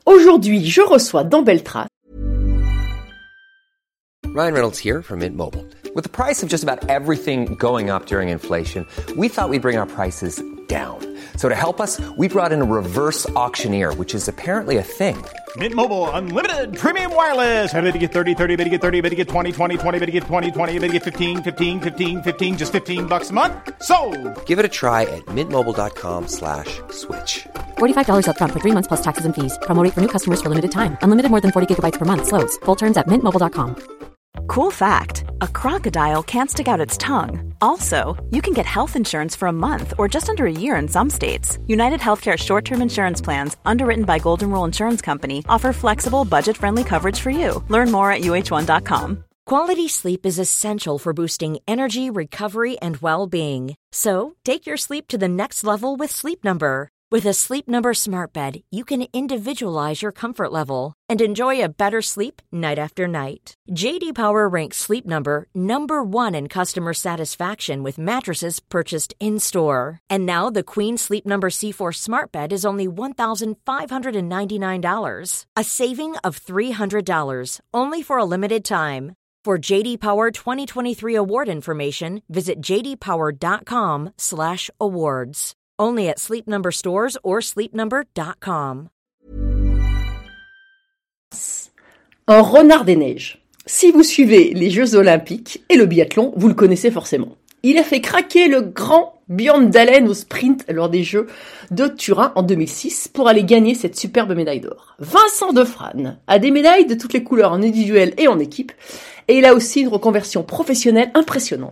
Aujourd'hui, je reçois dans Belle Trace Ryan Reynolds here from Mint Mobile. With the price of just about everything going up during inflation, we thought we'd bring our prices down. So to help us, we brought in a reverse auctioneer, which is apparently a thing. Mint Mobile Unlimited Premium Wireless. How to get 30, 30, bit to get 30, bit to get 20, 20, 20, bit to get 20, 20, bit to get 15, 15, 15, 15, just $15 a month? Sold! Give it a try at mintmobile.com/switch. $45 up front for 3 months plus taxes and fees. Promo rate for new customers for limited time. Unlimited more than 40 gigabytes per month. Slows full terms at mintmobile.com. Cool fact, a crocodile can't stick out its tongue. Also, you can get health insurance for a month or just under a year in some states. United Healthcare short-term insurance plans, underwritten by Golden Rule Insurance Company, offer flexible, budget-friendly coverage for you. Learn more at uh1.com. Quality sleep is essential for boosting energy, recovery, and well-being. So, take your sleep to the next level with Sleep Number. With a Sleep Number smart bed, you can individualize your comfort level and enjoy a better sleep night after night. J.D. Power ranks Sleep Number number 1 in customer satisfaction with mattresses purchased in-store. And now the Queen Sleep Number C4 smart bed is only $1,599, a saving of $300, only for a limited time. For J.D. Power 2023 award information, visit jdpower.com/awards. Only at Sleep Number stores or sleepnumber.com. un renard des neiges. Si vous suivez les Jeux Olympiques et le biathlon, vous le connaissez forcément. Il a fait craquer le grand Björn Dahlem au sprint lors des Jeux de Turin en 2006 pour aller gagner cette superbe médaille d'or. Vincent Defrane a des médailles de toutes les couleurs en individuel et en équipe, et il a aussi une reconversion professionnelle impressionnante,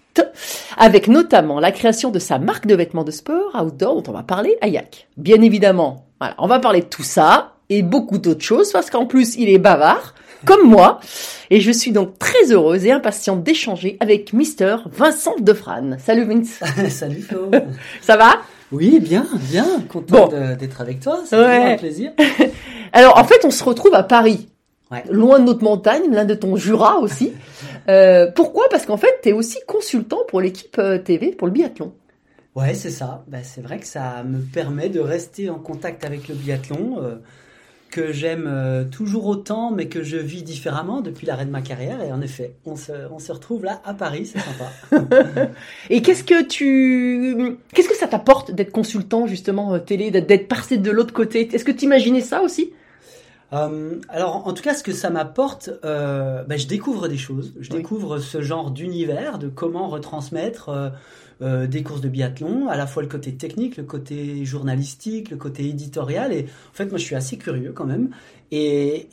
avec notamment la création de sa marque de vêtements de sport outdoor dont on va parler, Ayak. Bien évidemment, voilà, on va parler de tout ça et beaucoup d'autres choses parce qu'en plus il est bavard, comme moi, et je suis donc très heureuse et impatiente d'échanger avec Mister Vincent Defrane. Salut Vince. Salut Flo. Ça va ? Oui, bien, content d'être avec toi, c'est toujours un plaisir. Alors en fait on se retrouve à Paris. Ouais. Loin de notre montagne, loin de ton Jura aussi. Pourquoi ? Parce qu'en fait, tu es aussi consultant pour l'équipe TV, pour le biathlon. Ouais, c'est ça. C'est vrai que ça me permet de rester en contact avec le biathlon, que j'aime toujours autant, mais que je vis différemment depuis l'arrêt de ma carrière. Et en effet, on se retrouve là à Paris, c'est sympa. Et qu'est-ce que ça t'apporte d'être consultant justement télé, d'être passé de l'autre côté ? Est-ce que tu imaginais ça aussi ? Alors, en tout cas, ce que ça m'apporte, je découvre des choses. Je découvre ce genre d'univers, de comment retransmettre des courses de biathlon, à la fois le côté technique, le côté journalistique, le côté éditorial. Et en fait, moi, je suis assez curieux quand même. Et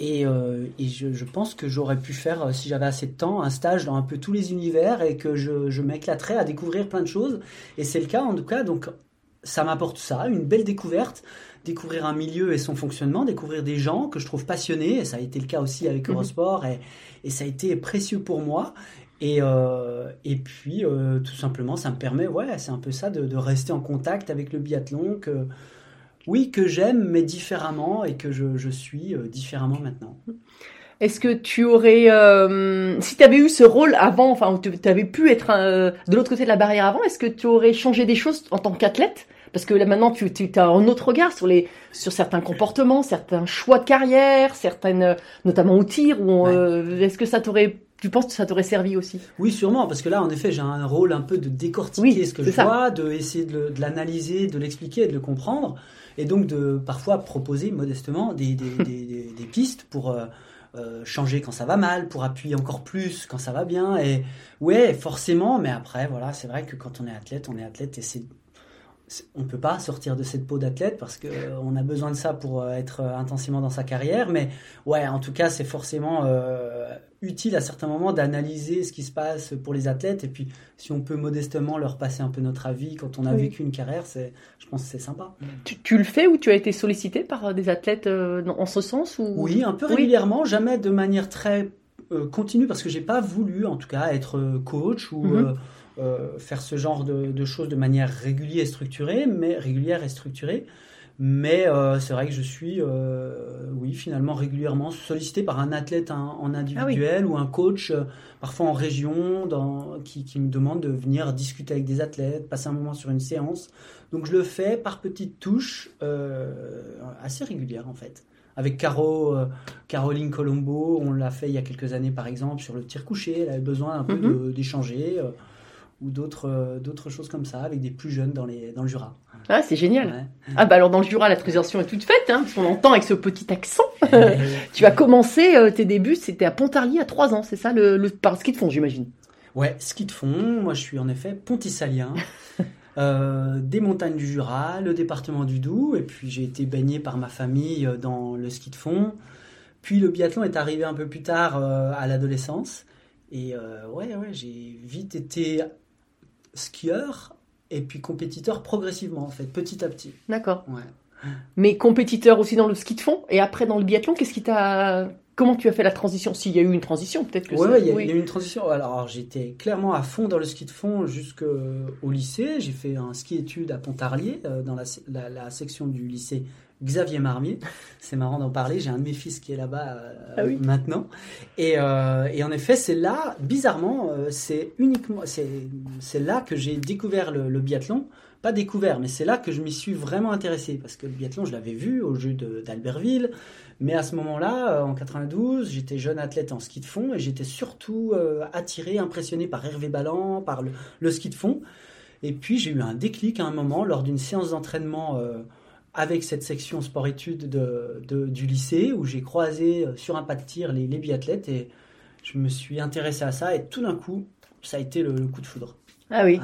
je pense que j'aurais pu faire, si j'avais assez de temps, un stage dans un peu tous les univers et que je m'éclaterais à découvrir plein de choses. Et c'est le cas, en tout cas. Donc, ça m'apporte ça, une belle découverte. Découvrir un milieu et son fonctionnement, découvrir des gens que je trouve passionnés, et ça a été le cas aussi avec Eurosport, et ça a été précieux pour moi. Et puis, tout simplement, ça me permet, c'est un peu ça, de rester en contact avec le biathlon, que j'aime, mais différemment, et que je suis différemment maintenant. Est-ce que tu aurais, si tu avais eu ce rôle avant, enfin, tu avais pu être de l'autre côté de la barrière avant, est-ce que tu aurais changé des choses en tant qu'athlète ? Parce que là maintenant tu as un autre regard sur certains comportements, certains choix de carrière, certaines, notamment au tir. Est-ce que tu penses que ça t'aurait servi aussi ? Oui, sûrement, parce que là en effet j'ai un rôle un peu de décortiquer ce que je vois, de essayer de l'analyser, de l'expliquer et de le comprendre, et donc de parfois proposer modestement des pistes pour changer quand ça va mal, pour appuyer encore plus quand ça va bien. Et ouais, forcément, mais après voilà, c'est vrai que quand on est athlète et on ne peut pas sortir de cette peau d'athlète parce qu'on a besoin de ça pour être intensément dans sa carrière. Mais ouais, en tout cas, c'est forcément utile à certains moments d'analyser ce qui se passe pour les athlètes. Et puis, si on peut modestement leur passer un peu notre avis quand on a vécu une carrière, je pense que c'est sympa. Tu le fais ou tu as été sollicité par des athlètes en ce sens ou... Oui, un peu régulièrement, jamais de manière très continue parce que je n'ai pas voulu, en tout cas, être coach ou... faire ce genre de choses de manière régulière et structurée, Mais c'est vrai que je suis, finalement régulièrement sollicité par un athlète en individuel ou un coach, parfois en région, qui me demande de venir discuter avec des athlètes, passer un moment sur une séance. Donc je le fais par petites touches, assez régulières en fait. Avec Caroline Colombo, on l'a fait il y a quelques années par exemple sur le tir couché. Elle avait besoin un peu d'échanger. Ou d'autres choses comme ça, avec des plus jeunes dans le Jura. Ah, c'est génial. Ouais. Ah bah alors dans le Jura, la transition est toute faite, parce qu'on entend avec ce petit accent. Tu as commencé tes débuts, c'était à Pontarlier à 3 ans, c'est ça, par ski de fond, j'imagine. Ouais, ski de fond. Moi, je suis en effet pontisalien, des montagnes du Jura, le département du Doubs, et puis j'ai été baigné par ma famille dans le ski de fond. Puis le biathlon est arrivé un peu plus tard à l'adolescence. Et j'ai vite été skieur et puis compétiteur progressivement en fait, petit à petit. D'accord. Ouais. Mais compétiteur aussi dans le ski de fond et après dans le biathlon, comment tu as fait la transition? S'il y a eu une transition, peut-être que il y a eu une transition. Alors j'étais clairement à fond dans le ski de fond jusqu'au lycée. J'ai fait un ski-études à Pontarlier dans la section du lycée Xavier Marmier. C'est marrant d'en parler. J'ai un de mes fils qui est là-bas maintenant. Et en effet, c'est là, bizarrement, c'est là que j'ai découvert le biathlon. Pas découvert, mais c'est là que je m'y suis vraiment intéressé. Parce que le biathlon, je l'avais vu aux Jeux d'Albertville. Mais à ce moment-là, en 92, j'étais jeune athlète en ski de fond. Et j'étais surtout attiré, impressionné par Hervé Ballan, par le ski de fond. Et puis, j'ai eu un déclic à un moment, lors d'une séance d'entraînement avec cette section sport-études du lycée, où j'ai croisé sur un pas de tir les biathlètes, et je me suis intéressé à ça, et tout d'un coup, ça a été le coup de foudre. Ah oui.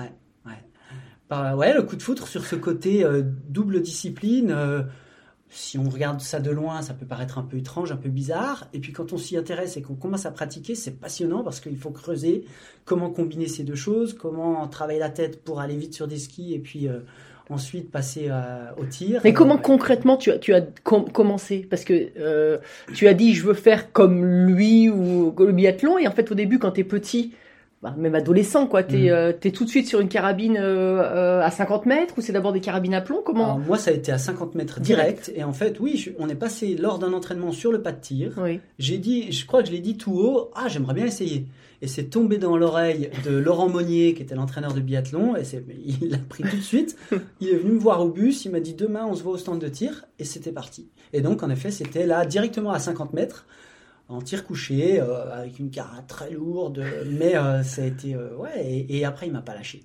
Le coup de foudre sur ce côté double discipline. Si on regarde ça de loin, ça peut paraître un peu étrange, un peu bizarre, et puis quand on s'y intéresse et qu'on commence à pratiquer, c'est passionnant, parce qu'il faut creuser comment combiner ces deux choses, comment travailler la tête pour aller vite sur des skis, et puis ensuite passer au tir. Mais comment concrètement tu as commencé? Parce que tu as dit je veux faire comme lui ou le biathlon, et en fait au début quand t'es petit, même adolescent quoi, t'es tout de suite sur une carabine à 50 mètres, ou c'est d'abord des carabines à plomb? Comment? Alors, moi ça a été à 50 mètres direct. Et en fait on est passé lors d'un entraînement sur le pas de tir. Oui. Je crois que je l'ai dit tout haut, j'aimerais bien essayer. Et c'est tombé dans l'oreille de Laurent Monnier, qui était l'entraîneur de biathlon, et il l'a pris tout de suite. Il est venu me voir au bus, il m'a dit demain on se voit au stand de tir, et c'était parti. Et donc en effet c'était là directement à 50 mètres, en tir couché, avec une carate très lourde, mais ça a été et après il m'a pas lâché.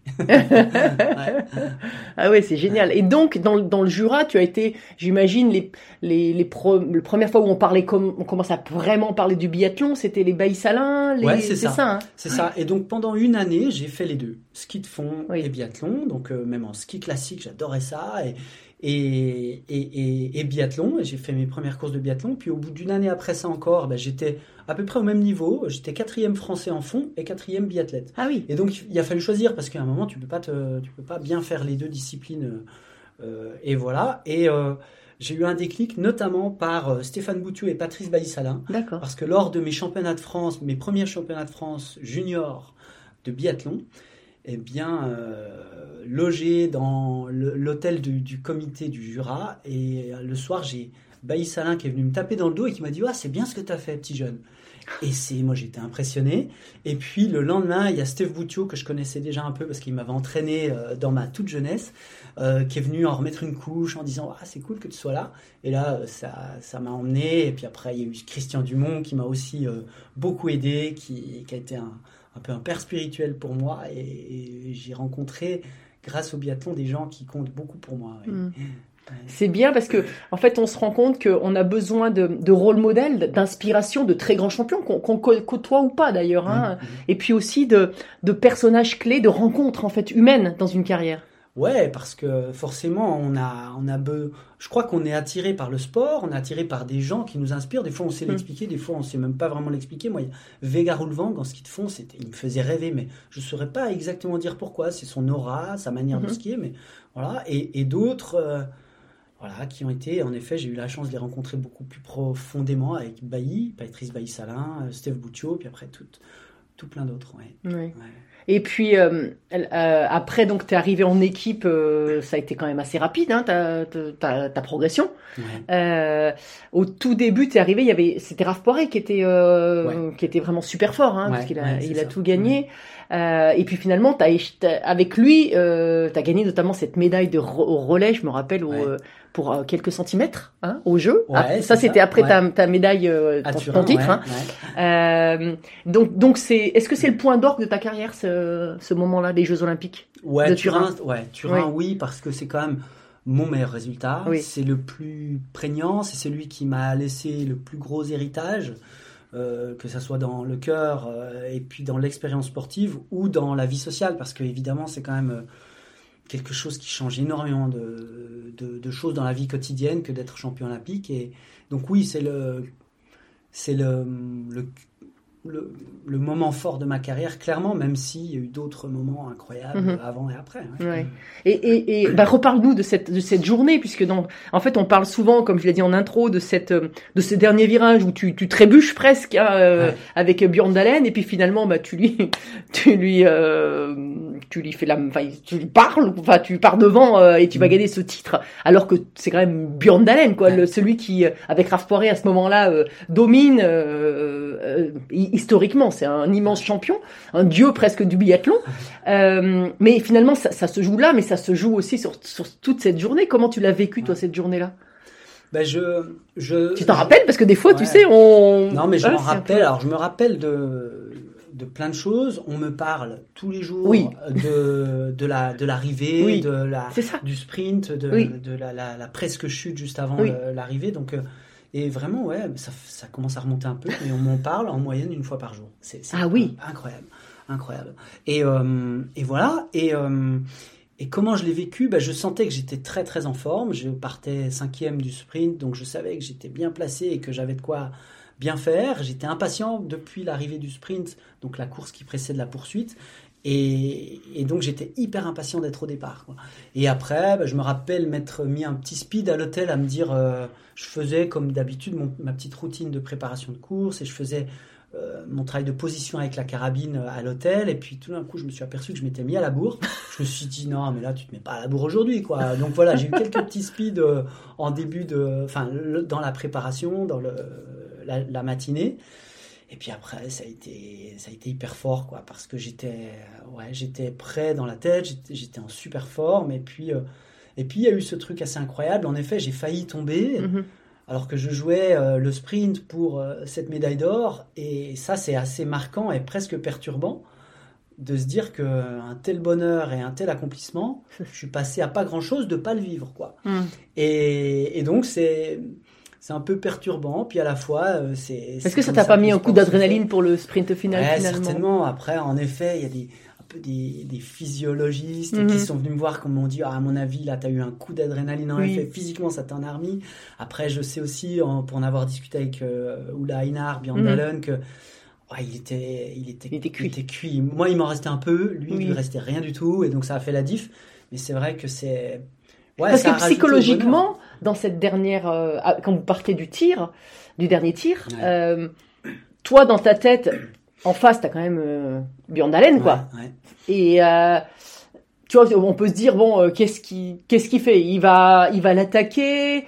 Ah ouais, c'est génial. Et donc dans le Jura, tu as été, j'imagine, les premières fois où on commence à vraiment parler du biathlon, c'était les Bailly-Salins, c'est ça. C'est ça. Et donc pendant une année, j'ai fait les deux, ski de fond et biathlon. Donc même en ski classique, j'adorais ça, et biathlon, et j'ai fait mes premières courses de biathlon. Puis au bout d'une année après ça encore, j'étais à peu près au même niveau. J'étais 4e français en fond et 4e biathlète. Ah oui. Et donc il a fallu choisir, parce qu'à un moment tu peux pas bien faire les deux disciplines. Et voilà. Et j'ai eu un déclic notamment par Stéphane Boutiou et Patrice Bailly-Salin. D'accord. Parce que lors de mes championnats de France, mes premiers championnats de France junior de biathlon, logé dans l'hôtel du comité du Jura, et le soir j'ai Bailly-Salin qui est venu me taper dans le dos et qui m'a dit c'est bien ce que tu as fait, petit jeune. Et moi j'étais impressionné. Et puis le lendemain, il y a Steve Boutiot, que je connaissais déjà un peu parce qu'il m'avait entraîné dans ma toute jeunesse, qui est venu en remettre une couche en disant c'est cool que tu sois là. Et là ça m'a emmené. Et puis après il y a eu Christian Dumont qui m'a aussi beaucoup aidé, qui a été un peu un père spirituel pour moi, et j'ai rencontré grâce au biathlon des gens qui comptent beaucoup pour moi. Oui. C'est bien, parce que en fait on se rend compte qu'on a besoin de rôle modèle, d'inspiration, de très grands champions qu'on côtoie ou pas d'ailleurs, et puis aussi de personnages clés, de rencontres en fait humaines dans une carrière. Ouais, parce que forcément je crois qu'on est attiré par le sport, on est attiré par des gens qui nous inspirent. Des fois on sait l'expliquer, des fois on sait même pas vraiment l'expliquer. Moi, Vega Roulvang en ski de fond, il me faisait rêver, mais je saurais pas exactement dire pourquoi. C'est son aura, sa manière de skier, mais voilà. Et d'autres qui ont été, en effet, j'ai eu la chance de les rencontrer beaucoup plus profondément, avec Patrice Bailly-Salin, Steve Boutiot, puis après tout plein d'autres. Ouais. Oui. Ouais. Et puis après, donc t'es arrivé en équipe, ça a été quand même assez rapide, hein, ta progression. Ouais. Au tout début, t'es arrivé, c'était Raph Poiré qui était vraiment super fort, hein, parce qu'il a tout gagné. Et puis finalement, avec lui, t'as gagné notamment cette médaille au relais, je me rappelle, pour quelques centimètres, hein, au jeu. Ouais, ça c'était après ta médaille, ton titre. Ouais, hein. Donc est-ce que c'est le point d'orgue de ta carrière, ce moment-là des Jeux Olympiques de Turin? Turin, oui, parce que c'est quand même mon meilleur résultat. Oui. C'est le plus prégnant, c'est celui qui m'a laissé le plus gros héritage, que ça soit dans le cœur et puis dans l'expérience sportive ou dans la vie sociale, parce que évidemment c'est quand même quelque chose qui change énormément de choses dans la vie quotidienne que d'être champion olympique. Et donc oui, c'est le moment fort de ma carrière, clairement, même s'il y a eu d'autres moments incroyables avant et après. Ouais. Ouais. Et reparle-nous de cette journée, puisque en fait, on parle souvent, comme je l'ai dit en intro, de ce dernier virage où tu trébuches presque, hein, avec Björn Dahlén, et puis finalement, tu lui parles, tu pars devant, et tu vas gagner ce titre, alors que c'est quand même Björn Dahlén, quoi, celui qui, avec Raph Poiré à ce moment-là, domine, historiquement, c'est un immense champion, un dieu presque du biathlon. Mais finalement, ça se joue là, mais ça se joue aussi sur toute cette journée. Comment tu l'as vécu, toi, cette journée-là? Tu t'en rappelles? Parce que des fois, tu sais, Non, mais je m'en rappelle. Alors, je me rappelle de plein de choses. On me parle tous les jours de l'arrivée, du sprint, de la presque chute juste avant l'arrivée. Donc, et vraiment, ça commence à remonter un peu, et on m'en parle en moyenne une fois par jour. C'est incroyable. Et voilà. Et comment je l'ai vécu? Je sentais que j'étais très très en forme. Je partais 5e du sprint, donc je savais que j'étais bien placé et que j'avais de quoi bien faire. J'étais impatient depuis l'arrivée du sprint, donc la course qui précède la poursuite. Et donc j'étais hyper impatient d'être au départ, quoi. Et après, je me rappelle m'être mis un petit speed à l'hôtel à me dire, je faisais comme d'habitude ma petite routine de préparation de course, et je faisais mon travail de position avec la carabine à l'hôtel. Et puis tout d'un coup, je me suis aperçu que je m'étais mis à la bourre. Je me suis dit, non, mais là, tu te mets pas à la bourre aujourd'hui, quoi. Donc voilà, j'ai eu quelques petits speeds en début dans la préparation, dans la matinée. Et puis après, ça a été hyper fort, quoi, parce que j'étais prêt dans la tête, j'étais en super forme. Et puis il y a eu ce truc assez incroyable. En effet, j'ai failli tomber, alors que je jouais le sprint pour cette médaille d'or. Et ça, c'est assez marquant et presque perturbant de se dire qu'un tel bonheur et un tel accomplissement, je suis passé à pas grand-chose de pas le vivre, quoi. Et donc, c'est un peu perturbant, puis à la fois, Est-ce que ça t'a pas mis un coup d'adrénaline pour le sprint final, finalement? Certainement. Après, en effet, il y a des physiologistes qui sont venus me voir, qui m'ont dit, à mon avis, là, t'as eu un coup d'adrénaline. En effet, physiquement, ça t'en a remis. Après, je sais aussi, pour en avoir discuté avec Ulla Einar, Björn Dahlén, que il était cuit. Moi, il m'en restait un peu. Lui, il lui restait rien du tout. Et donc, ça a fait la diff. Mais c'est vrai que c'est... Parce que psychologiquement, dans cette dernière, quand vous partez du dernier tir, toi dans ta tête, en face, t'as quand même Björn Dahlén, quoi. Et tu vois, on peut se dire qu'est-ce qu'il fait? Il va l'attaquer.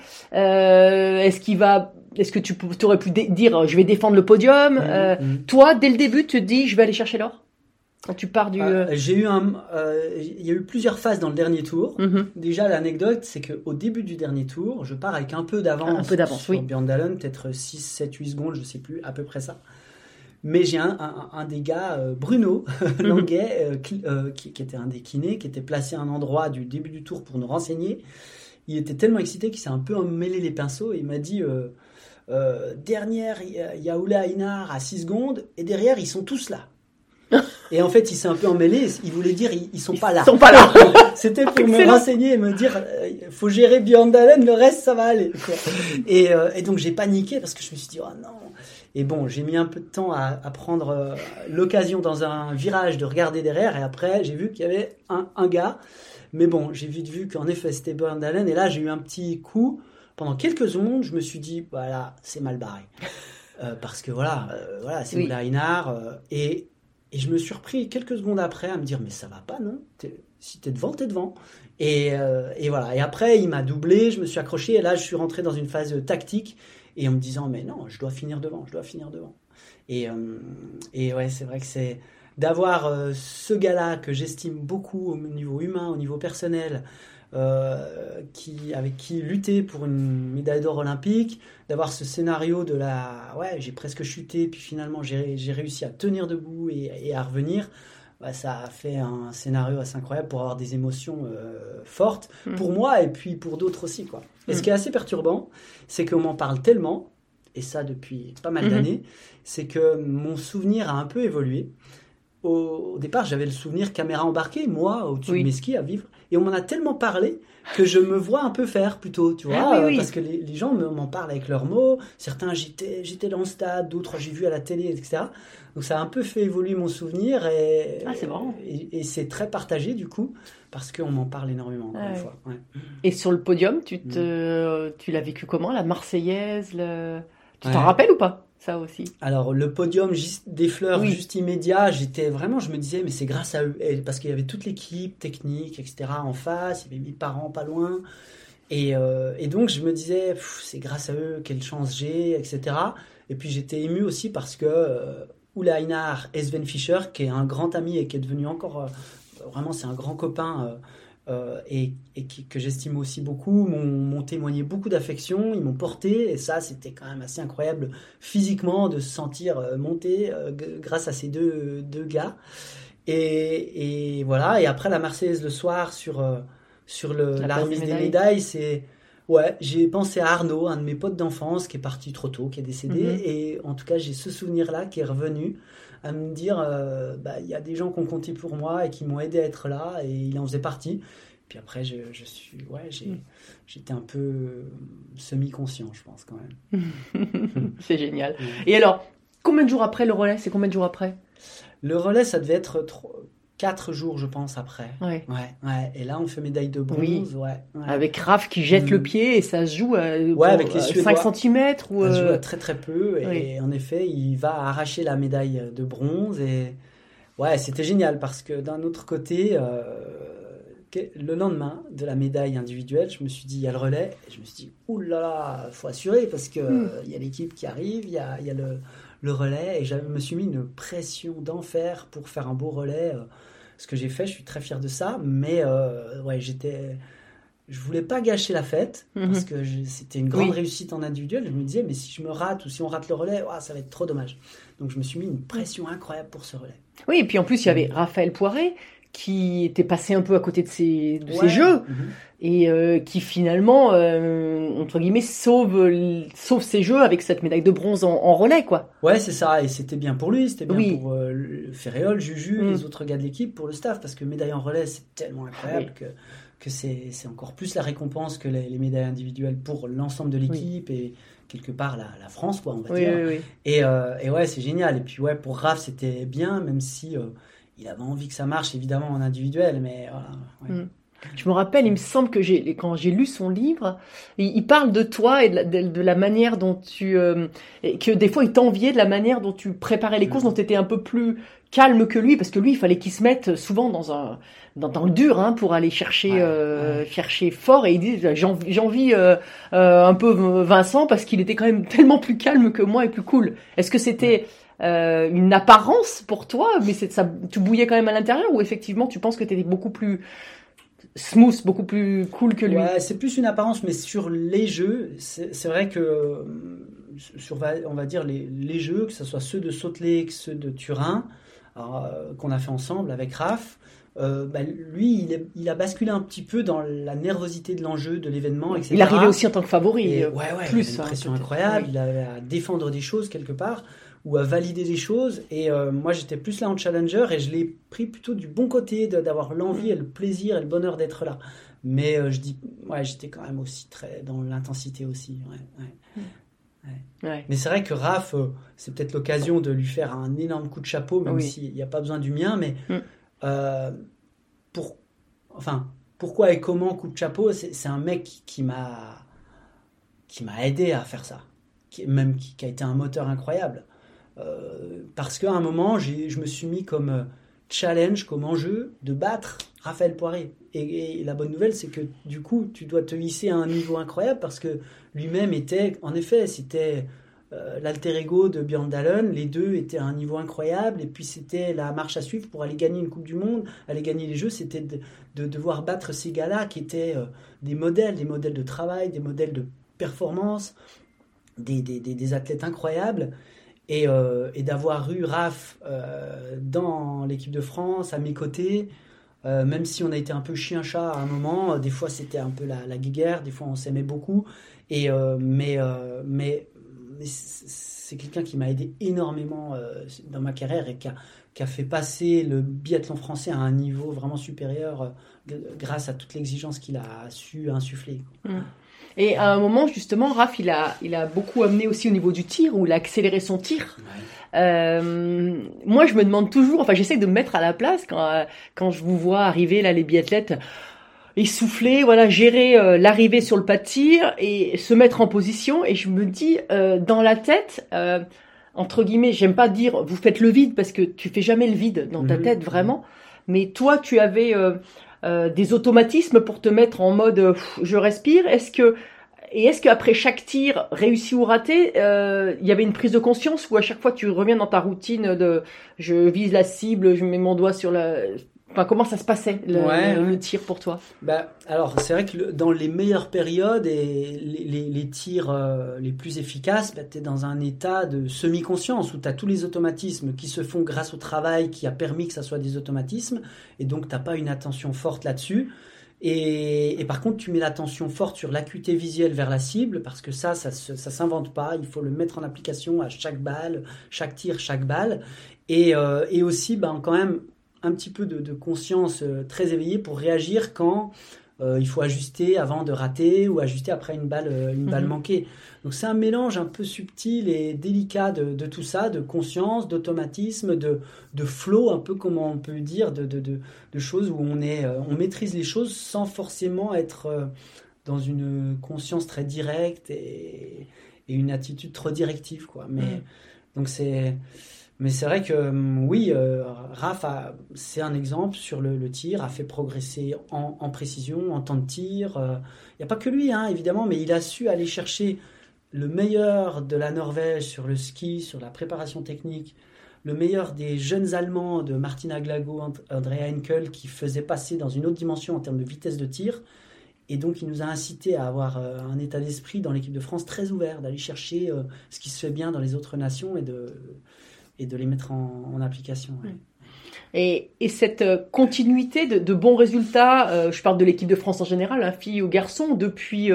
Est-ce que tu aurais pu dire je vais défendre le podium? Toi, dès le début, tu te dis je vais aller chercher l'or? Quand tu pars du... il y a eu plusieurs phases dans le dernier tour. Déjà, l'anecdote, c'est qu'au début du dernier tour, je pars avec un peu d'avance sur Björn Dahlén, peut-être 6, 7, 8 secondes, je sais plus, à peu près ça. Mais j'ai un des gars, Bruno Languet, qui était un des kinés, qui était placé à un endroit du début du tour pour nous renseigner. Il était tellement excité qu'il s'est un peu emmêlé les pinceaux, et il m'a dit... derrière, il y a Ulla Einar à 6 secondes, et derrière, ils sont tous là. Et en fait, il s'est un peu emmêlé. Il voulait dire, ils sont pas là. Ils sont pas là. C'était pour me renseigner et me dire, faut gérer Björn Dahlén, le reste, ça va aller, quoi. Et donc, j'ai paniqué parce que je me suis dit, oh non. Et bon, j'ai mis un peu de temps à prendre l'occasion dans un virage de regarder derrière. Et après, j'ai vu qu'il y avait un gars. Mais bon, j'ai vite vu qu'en effet, c'était Björn Dahlén. Et là, j'ai eu un petit coup. Pendant quelques secondes, je me suis dit, voilà, c'est mal barré. Parce que voilà, c'est Ulla Einar. Et je me suis repris quelques secondes après à me dire, mais ça va pas, non? Si t'es devant, t'es devant. Et voilà. Et après, il m'a doublé, je me suis accroché, et là, je suis rentré dans une phase tactique, et en me disant, mais non, je dois finir devant. Et ouais, c'est vrai que c'est d'avoir ce gars-là que j'estime beaucoup au niveau humain, au niveau personnel, avec qui lutter pour une médaille d'or olympique, d'avoir ce scénario de j'ai presque chuté, puis finalement j'ai réussi à tenir debout et à revenir. Ça a fait un scénario assez incroyable pour avoir des émotions fortes pour moi et puis pour d'autres aussi, quoi. Et ce qui est assez perturbant, c'est qu'on m'en parle tellement, et ça depuis pas mal d'années, c'est que mon souvenir a un peu évolué. Au départ, j'avais le souvenir caméra embarquée, moi, au-dessus de mes skis à vivre. Et on m'en a tellement parlé que je me vois un peu faire plutôt, tu vois. Parce que les gens m'en parlent avec leurs mots. Certains, j'étais dans le stade, d'autres, j'ai vu à la télé, etc. Donc ça a un peu fait évoluer mon souvenir. C'est marrant. Et c'est très partagé, du coup, parce qu'on m'en parle énormément, encore une fois. Ouais. Et sur le podium, tu l'as vécu comment? La Marseillaise Tu t'en rappelles ou pas? Ça aussi. Alors, le podium, des fleurs juste immédiat, je me disais, mais c'est grâce à eux. Parce qu'il y avait toute l'équipe technique, etc. en face, il y avait mes parents pas loin. Et donc, je me disais, c'est grâce à eux, quelle chance j'ai, etc. Et puis, j'étais ému aussi parce que Ole Einar et Sven Fischer, qui est un grand ami et qui est devenu encore, vraiment, c'est un grand copain, que j'estime aussi beaucoup, m'ont témoigné beaucoup d'affection, ils m'ont porté, et ça c'était quand même assez incroyable physiquement de se sentir monter grâce à ces deux gars. Et voilà, et après la Marseillaise le soir sur la remise des médailles, j'ai pensé à Arnaud, un de mes potes d'enfance qui est parti trop tôt, qui est décédé, et en tout cas j'ai ce souvenir là qui est revenu à me dire, y a des gens qui ont compté pour moi et qui m'ont aidé à être là, et il en faisait partie. Puis après, j'étais un peu semi-conscient, je pense, quand même. C'est génial. Et alors, combien de jours après le relais? C'est combien de jours après? Le relais, ça devait être 4 jours, je pense, après. Ouais. Et là, on fait médaille de bronze. Ouais. Avec Raph qui jette le pied et ça se joue avec les Suédois. 5 cm ou Ça se joue à très très peu. Et en effet, il va arracher la médaille de bronze. Et ouais, c'était génial parce que d'un autre côté, le lendemain de la médaille individuelle, je me suis dit, il y a le relais. Et je me suis dit, oulala, faut assurer parce que il y a l'équipe qui arrive, il y a le relais. Et je me suis mis une pression d'enfer pour faire un beau relais. Ce que j'ai fait, je suis très fier de ça, mais je voulais pas gâcher la fête parce que c'était une grande réussite en individuel. Je me disais, mais si je me rate ou si on rate le relais, ça va être trop dommage. Donc je me suis mis une pression incroyable pour ce relais. Oui, et puis en plus il y avait Raphaël Poiré qui était passé un peu à côté de ces jeux et qui finalement entre guillemets sauve ces jeux avec cette médaille de bronze en relais, quoi. Ouais, c'est ça, et c'était bien pour lui, c'était bien pour Ferréol, Juju, les autres gars de l'équipe, pour le staff, parce que médaille en relais c'est tellement incroyable que c'est encore plus la récompense que les médailles individuelles pour l'ensemble de l'équipe et quelque part la France, quoi, on va dire. Oui. Et ouais, c'est génial. Et puis ouais, pour Raph c'était bien, même si il avait envie que ça marche évidemment en individuel, mais voilà. Ouais. Je me rappelle, il me semble que quand j'ai lu son livre, il parle de toi et de la manière dont que des fois il t'enviait de la manière dont tu préparais les courses, dont tu étais un peu plus calme que lui, parce que lui, il fallait qu'il se mette souvent dans le dur pour aller chercher fort. Et il dit, j'envie un peu Vincent parce qu'il était quand même tellement plus calme que moi et plus cool. Est-ce que c'était une apparence pour toi, mais tu bouillais quand même à l'intérieur, ou effectivement tu penses que tu étais beaucoup plus smooth, beaucoup plus cool que lui? Ouais, c'est plus une apparence, mais sur les jeux, c'est vrai que on va dire les jeux, que ce soit ceux de Salt Lake, ceux de Turin, qu'on a fait ensemble avec Raph, lui, il a basculé un petit peu dans la nervosité de l'enjeu, de l'événement, etc. Il arrivait aussi en tant que favori. Il avait une pression incroyable, il avait à défendre des choses quelque part, ou à valider des choses, et moi j'étais plus là en challenger, et je l'ai pris plutôt du bon côté, d'avoir l'envie et le plaisir et le bonheur d'être là. Mais j'étais quand même aussi très dans l'intensité aussi. Ouais. Mais c'est vrai que Raph, c'est peut-être l'occasion de lui faire un énorme coup de chapeau, même s'il n'y a pas besoin du mien, mais pourquoi et comment coup de chapeau, c'est un mec qui m'a aidé à faire ça, qui a été un moteur incroyable. parce qu'à un moment, je me suis mis comme challenge, comme enjeu de battre Raphaël Poiré. Et la bonne nouvelle, c'est que du coup, tu dois te hisser à un niveau incroyable parce que lui-même était, en effet, c'était l'alter ego de Bjørn Dalen. Les deux étaient à un niveau incroyable. Et puis, c'était la marche à suivre pour aller gagner une Coupe du Monde, aller gagner les Jeux. C'était de devoir battre ces gars-là qui étaient des modèles de travail, des modèles de performance, des athlètes incroyables. Et d'avoir eu Raph dans l'équipe de France, à mes côtés, même si on a été un peu chien-chat à un moment, des fois c'était un peu la guéguerre, des fois on s'aimait beaucoup, mais c'est quelqu'un qui m'a aidé énormément dans ma carrière et qui a fait passer le biathlon français à un niveau vraiment supérieur grâce à toute l'exigence qu'il a su insuffler. Et à un moment, justement, Raph, il a beaucoup amené aussi au niveau du tir, où il a accéléré son tir. Ouais. Moi, je me demande toujours, enfin, j'essaie de me mettre à la place quand je vous vois arriver, là, les biathlètes, essoufflés, voilà, gérer l'arrivée sur le pas de tir et se mettre en position. Et je me dis, dans la tête, entre guillemets, j'aime pas dire, vous faites le vide, parce que tu fais jamais le vide dans ta tête, vraiment. Mais toi, tu avais... des automatismes pour te mettre en mode je respire. Est-ce qu'après chaque tir réussi ou raté, il y avait une prise de conscience, ou à chaque fois tu reviens dans ta routine de je vise la cible, je mets mon doigt sur la... Enfin, comment ça se passait le tir pour toi? Alors c'est vrai que dans les meilleures périodes et les tirs les plus efficaces, tu es dans un état de semi-conscience où tu as tous les automatismes qui se font grâce au travail qui a permis que ça soit des automatismes, et donc tu n'as pas une attention forte là-dessus. Et par contre, tu mets l'attention forte sur l'acuité visuelle vers la cible, parce que ça s'invente pas, il faut le mettre en application à chaque balle, chaque tir, chaque balle. Et aussi, quand même, un petit peu de conscience très éveillée pour réagir quand il faut ajuster avant de rater ou ajuster après une balle manquée. Donc c'est un mélange un peu subtil et délicat de tout ça, de conscience, d'automatisme, de flow, un peu comme on peut dire, de choses où on maîtrise les choses sans forcément être dans une conscience très directe et une attitude trop directive, quoi. Donc mais c'est vrai que oui, Raph, c'est un exemple sur le tir, a fait progresser en précision, en temps de tir. Il n'y a pas que lui, évidemment, mais il a su aller chercher le meilleur de la Norvège sur le ski, sur la préparation technique, le meilleur des jeunes Allemands de Martina Glago, Andrea Henkel, qui faisaient passer dans une autre dimension en termes de vitesse de tir. Et donc, il nous a incité à avoir un état d'esprit dans l'équipe de France très ouvert, d'aller chercher ce qui se fait bien dans les autres nations et de les mettre en application. Ouais. Et cette continuité de bons résultats, je parle de l'équipe de France en général, filles ou garçons, depuis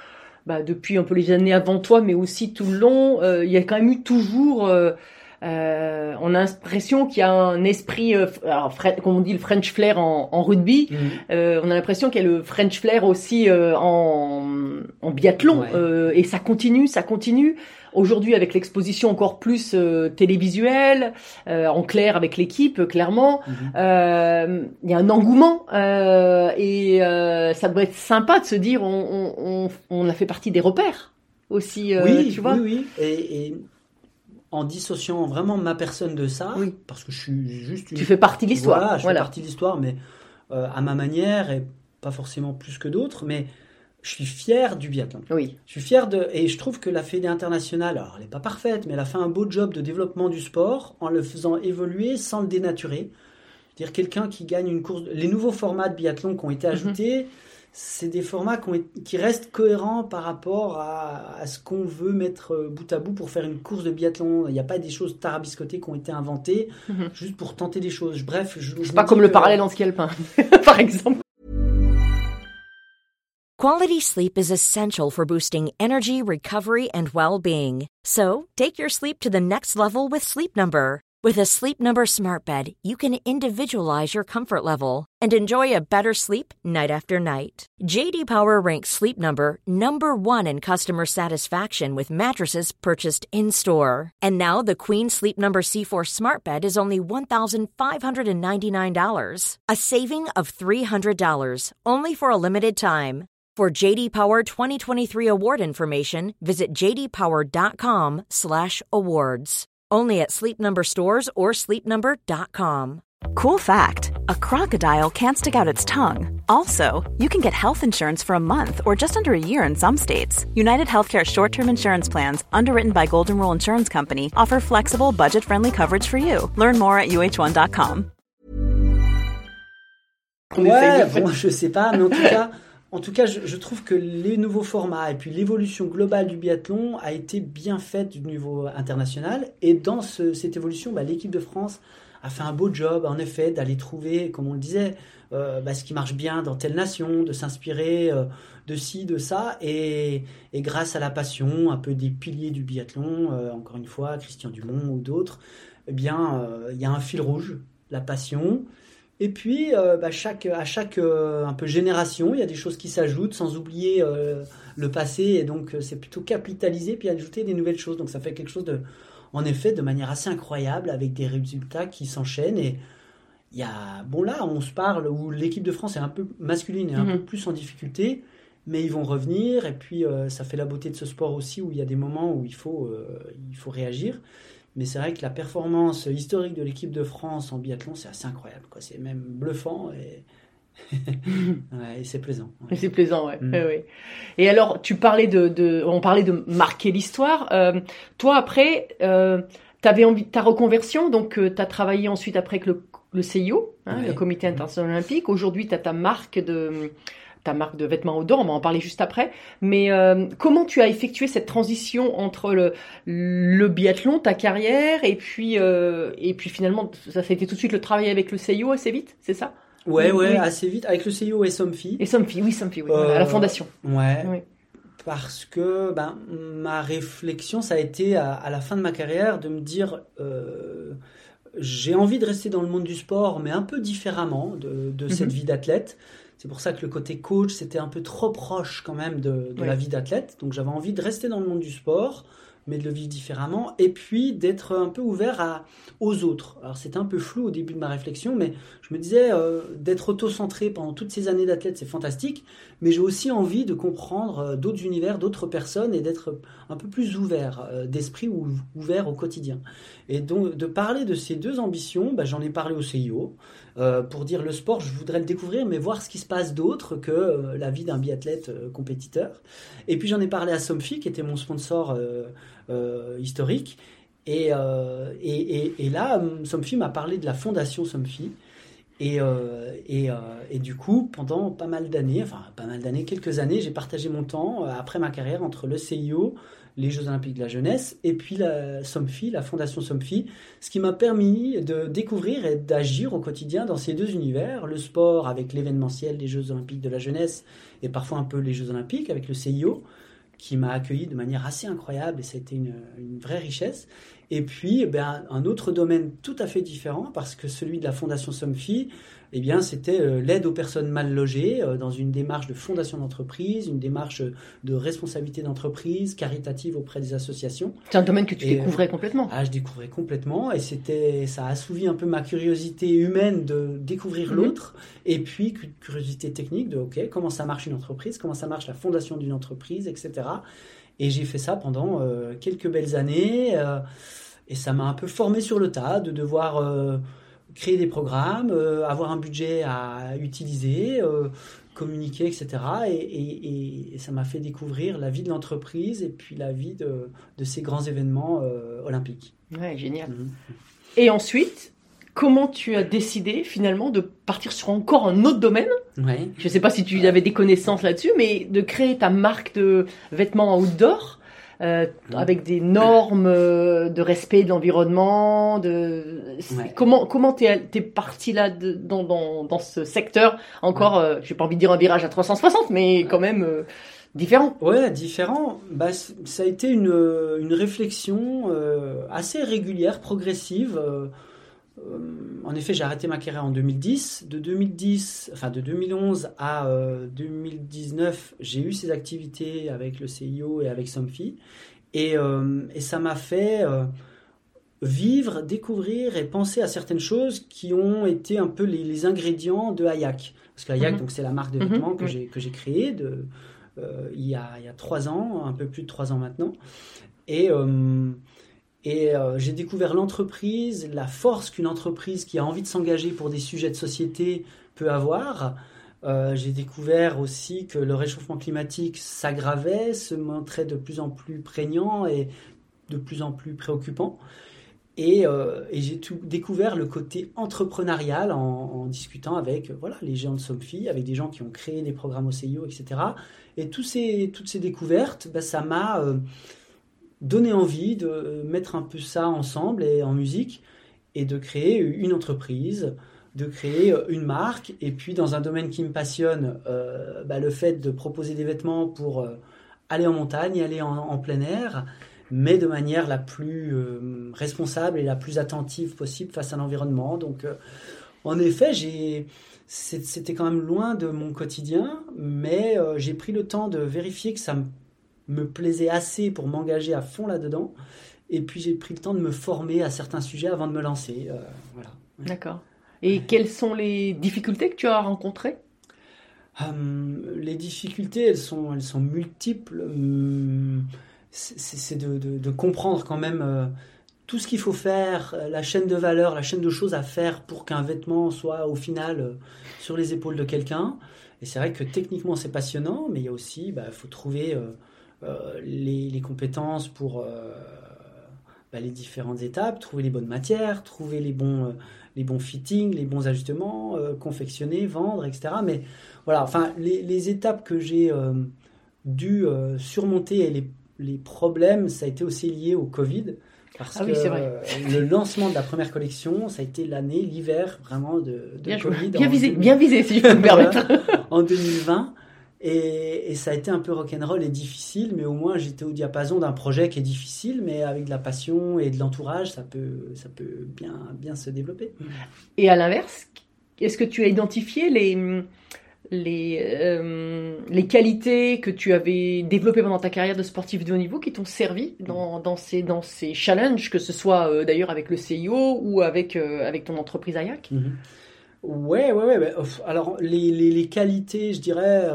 un peu les années avant toi, mais aussi tout le long, il y a quand même eu toujours... on a l'impression qu'il y a un esprit, comme on dit le French flair en rugby, on a l'impression qu'il y a le French flair aussi en biathlon, et ça continue. Aujourd'hui, avec l'exposition encore plus télévisuelle, en clair avec l'équipe, clairement, il y a un engouement et ça doit être sympa de se dire on a fait partie des repères aussi, tu vois. Oui. Et en dissociant vraiment ma personne de ça, parce que je suis juste Tu fais partie de l'histoire. Voilà, je fais partie de l'histoire, mais à ma manière, et pas forcément plus que d'autres, mais je suis fier du biathlon. Oui. Je suis fier et je trouve que la Fédé internationale, alors elle n'est pas parfaite, mais elle a fait un beau job de développement du sport en le faisant évoluer sans le dénaturer. C'est-à-dire quelqu'un qui gagne une course... Les nouveaux formats de biathlon qui ont été ajoutés, c'est des formats qui restent cohérents par rapport à ce qu'on veut mettre bout à bout pour faire une course de biathlon. Il n'y a pas des choses tarabiscotées qui ont été inventées juste pour tenter des choses. Bref, c'est pas comme le parallèle en ski alpin, par exemple. Quality sleep is essential for boosting energy, recovery, and well-being. So, take your sleep to the next level with Sleep Number. With a Sleep Number Smart Bed, you can individualize your comfort level and enjoy a better sleep night after night. J.D. Power ranks Sleep Number number 1 in customer satisfaction with mattresses purchased in-store. And now the Queen Sleep Number C4 Smart Bed is only $1,599, a saving of $300, only for a limited time. For J.D. Power 2023 award information, visit jdpower.com/awards. Only at Sleep Number stores or sleepnumber.com. Cool fact, a crocodile can't stick out its tongue. Also, you can get health insurance for a month or just under a year in some states. United Healthcare short-term insurance plans, underwritten by Golden Rule Insurance Company, offer flexible, budget-friendly coverage for you. Learn more at uh1.com. Ouais, bon, je sais pas, mais en tout cas, je trouve que les nouveaux formats et puis l'évolution globale du biathlon a été bien faite du niveau international. Et dans cette évolution, l'équipe de France a fait un beau job, en effet, d'aller trouver, comme on le disait, ce qui marche bien dans telle nation, de s'inspirer de ci, de ça. Et grâce à la passion, un peu des piliers du biathlon, encore une fois, Christian Dumont ou d'autres, eh bien, il y a un fil rouge, la passion. Et puis, à chaque un peu génération, il y a des choses qui s'ajoutent sans oublier le passé. Et donc, c'est plutôt capitaliser puis ajouter des nouvelles choses. Donc, ça fait quelque chose en effet, de manière assez incroyable avec des résultats qui s'enchaînent. Et il y a, là, on se parle où l'équipe de France est un peu masculine et un peu plus en difficulté, mais ils vont revenir. Et puis, ça fait la beauté de ce sport aussi où il y a des moments où il faut réagir. Mais c'est vrai que la performance historique de l'équipe de France en biathlon, c'est assez incroyable, quoi. C'est même bluffant et, et c'est plaisant. Ouais. Et c'est plaisant, ouais. Ouais. Et alors, on parlait de marquer l'histoire. Toi, après, t'avais envie de ta reconversion, donc t'as travaillé ensuite après avec le CIO, le Comité international olympique. Aujourd'hui, t'as ta marque de vêtements outdoor, on va en parler juste après. Mais comment tu as effectué cette transition entre le biathlon, ta carrière, et puis finalement, ça a été tout de suite le travail avec le CIO assez vite, c'est ça ? Ouais, assez vite, avec le CIO et Somfy. Et Somfy, oui, à la fondation. Ouais. Oui. Parce que ma réflexion, ça a été à la fin de ma carrière de me dire j'ai envie de rester dans le monde du sport, mais un peu différemment de cette vie d'athlète. C'est pour ça que le côté coach, c'était un peu trop proche quand même de la vie d'athlète. Donc j'avais envie de rester dans le monde du sport, mais de le vivre différemment. Et puis d'être un peu ouvert aux autres. Alors c'était un peu flou au début de ma réflexion, mais je me disais d'être auto-centré pendant toutes ces années d'athlète, c'est fantastique. Mais j'ai aussi envie de comprendre d'autres univers, d'autres personnes et d'être un peu plus ouvert d'esprit ou ouvert au quotidien. Et donc de parler de ces deux ambitions, j'en ai parlé au CIO. Pour dire le sport, je voudrais le découvrir, mais voir ce qui se passe d'autre que la vie d'un biathlète compétiteur. Et puis j'en ai parlé à Somfy, qui était mon sponsor historique. Et là, Somfy m'a parlé de la fondation Somfy. Et du coup, pendant quelques années, j'ai partagé mon temps après ma carrière entre le CIO, les Jeux Olympiques de la jeunesse, et puis la Somfy, la fondation Somfy, ce qui m'a permis de découvrir et d'agir au quotidien dans ces deux univers, le sport avec l'événementiel des Jeux Olympiques de la jeunesse, et parfois un peu les Jeux Olympiques avec le CIO, qui m'a accueilli de manière assez incroyable, et ça a été une vraie richesse. Et puis, un autre domaine tout à fait différent, parce que celui de la Fondation Somfy, c'était l'aide aux personnes mal logées, dans une démarche de fondation d'entreprise, une démarche de responsabilité d'entreprise, caritative auprès des associations. C'est un domaine que tu découvrais complètement. Je découvrais complètement, et ça a assouvi un peu ma curiosité humaine de découvrir l'autre, et puis curiosité technique de comment ça marche une entreprise, comment ça marche la fondation d'une entreprise, etc. Et j'ai fait ça pendant quelques belles années, et ça m'a un peu formé sur le tas, de devoir créer des programmes, avoir un budget à utiliser, communiquer, etc. Et ça m'a fait découvrir la vie de l'entreprise et puis la vie de ces grands événements olympiques. Ouais, génial. Et ensuite, comment tu as décidé finalement de partir sur encore un autre domaine ? Ouais. Je ne sais pas si tu avais des connaissances là-dessus, mais de créer ta marque de vêtements outdoor avec des normes de respect de l'environnement. Comment t'es parti là dans ce secteur encore j'ai pas envie de dire un virage à 360, mais quand même différent. Ouais, différent. Ça a été une réflexion assez régulière, progressive. En effet, j'ai arrêté ma carrière en 2010. De 2011 à 2019, j'ai eu ces activités avec le CIO et avec Somfy. Et ça m'a fait vivre, découvrir et penser à certaines choses qui ont été un peu les ingrédients de Hayak. Parce que Hayak, donc, c'est la marque de vêtements que j'ai créée il y a 3 ans, un peu plus de 3 ans maintenant. Et Et j'ai découvert l'entreprise, la force qu'une entreprise qui a envie de s'engager pour des sujets de société peut avoir. J'ai découvert aussi que le réchauffement climatique s'aggravait, se montrait de plus en plus prégnant et de plus en plus préoccupant. Et j'ai découvert le côté entrepreneurial en discutant avec les géants de Somfy, avec des gens qui ont créé des programmes au CIO, etc. Et toutes ces découvertes, ça m'a donné envie de mettre un peu ça ensemble et en musique et de créer une entreprise, de créer une marque. Et puis dans un domaine qui me passionne, le fait de proposer des vêtements pour aller en montagne, aller en plein air, mais de manière la plus responsable et la plus attentive possible face à l'environnement. Donc, en effet, c'était quand même loin de mon quotidien, mais j'ai pris le temps de vérifier que ça me plaisait assez pour m'engager à fond là-dedans. Et puis, j'ai pris le temps de me former à certains sujets avant de me lancer. Voilà. D'accord. Et quelles sont les difficultés que tu as rencontrées ? Les difficultés, elles sont multiples. C'est de comprendre quand même tout ce qu'il faut faire, la chaîne de valeur, la chaîne de choses à faire pour qu'un vêtement soit au final sur les épaules de quelqu'un. Et c'est vrai que techniquement c'est passionnant, mais il y a aussi, faut trouver les compétences pour les différentes étapes, trouver les bonnes matières, trouver les bons fittings, les bons ajustements, confectionner, vendre, etc. Mais voilà, enfin les étapes que j'ai dû surmonter et les problèmes, ça a été aussi lié au Covid. Parce que c'est vrai. Le lancement de la première collection, ça a été l'hiver vraiment de Covid. Bien visé, si je peux me permettre. En 2020. Et ça a été un peu rock'n'roll et difficile, mais au moins j'étais au diapason d'un projet qui est difficile, mais avec de la passion et de l'entourage, ça peut bien se développer. Et à l'inverse, est-ce que tu as identifié les qualités que tu avais développées pendant ta carrière de sportif de haut niveau qui t'ont servi dans ces challenges, que ce soit d'ailleurs avec le CIO ou avec ton entreprise Ayac ? Ouais. Alors, les qualités, je dirais,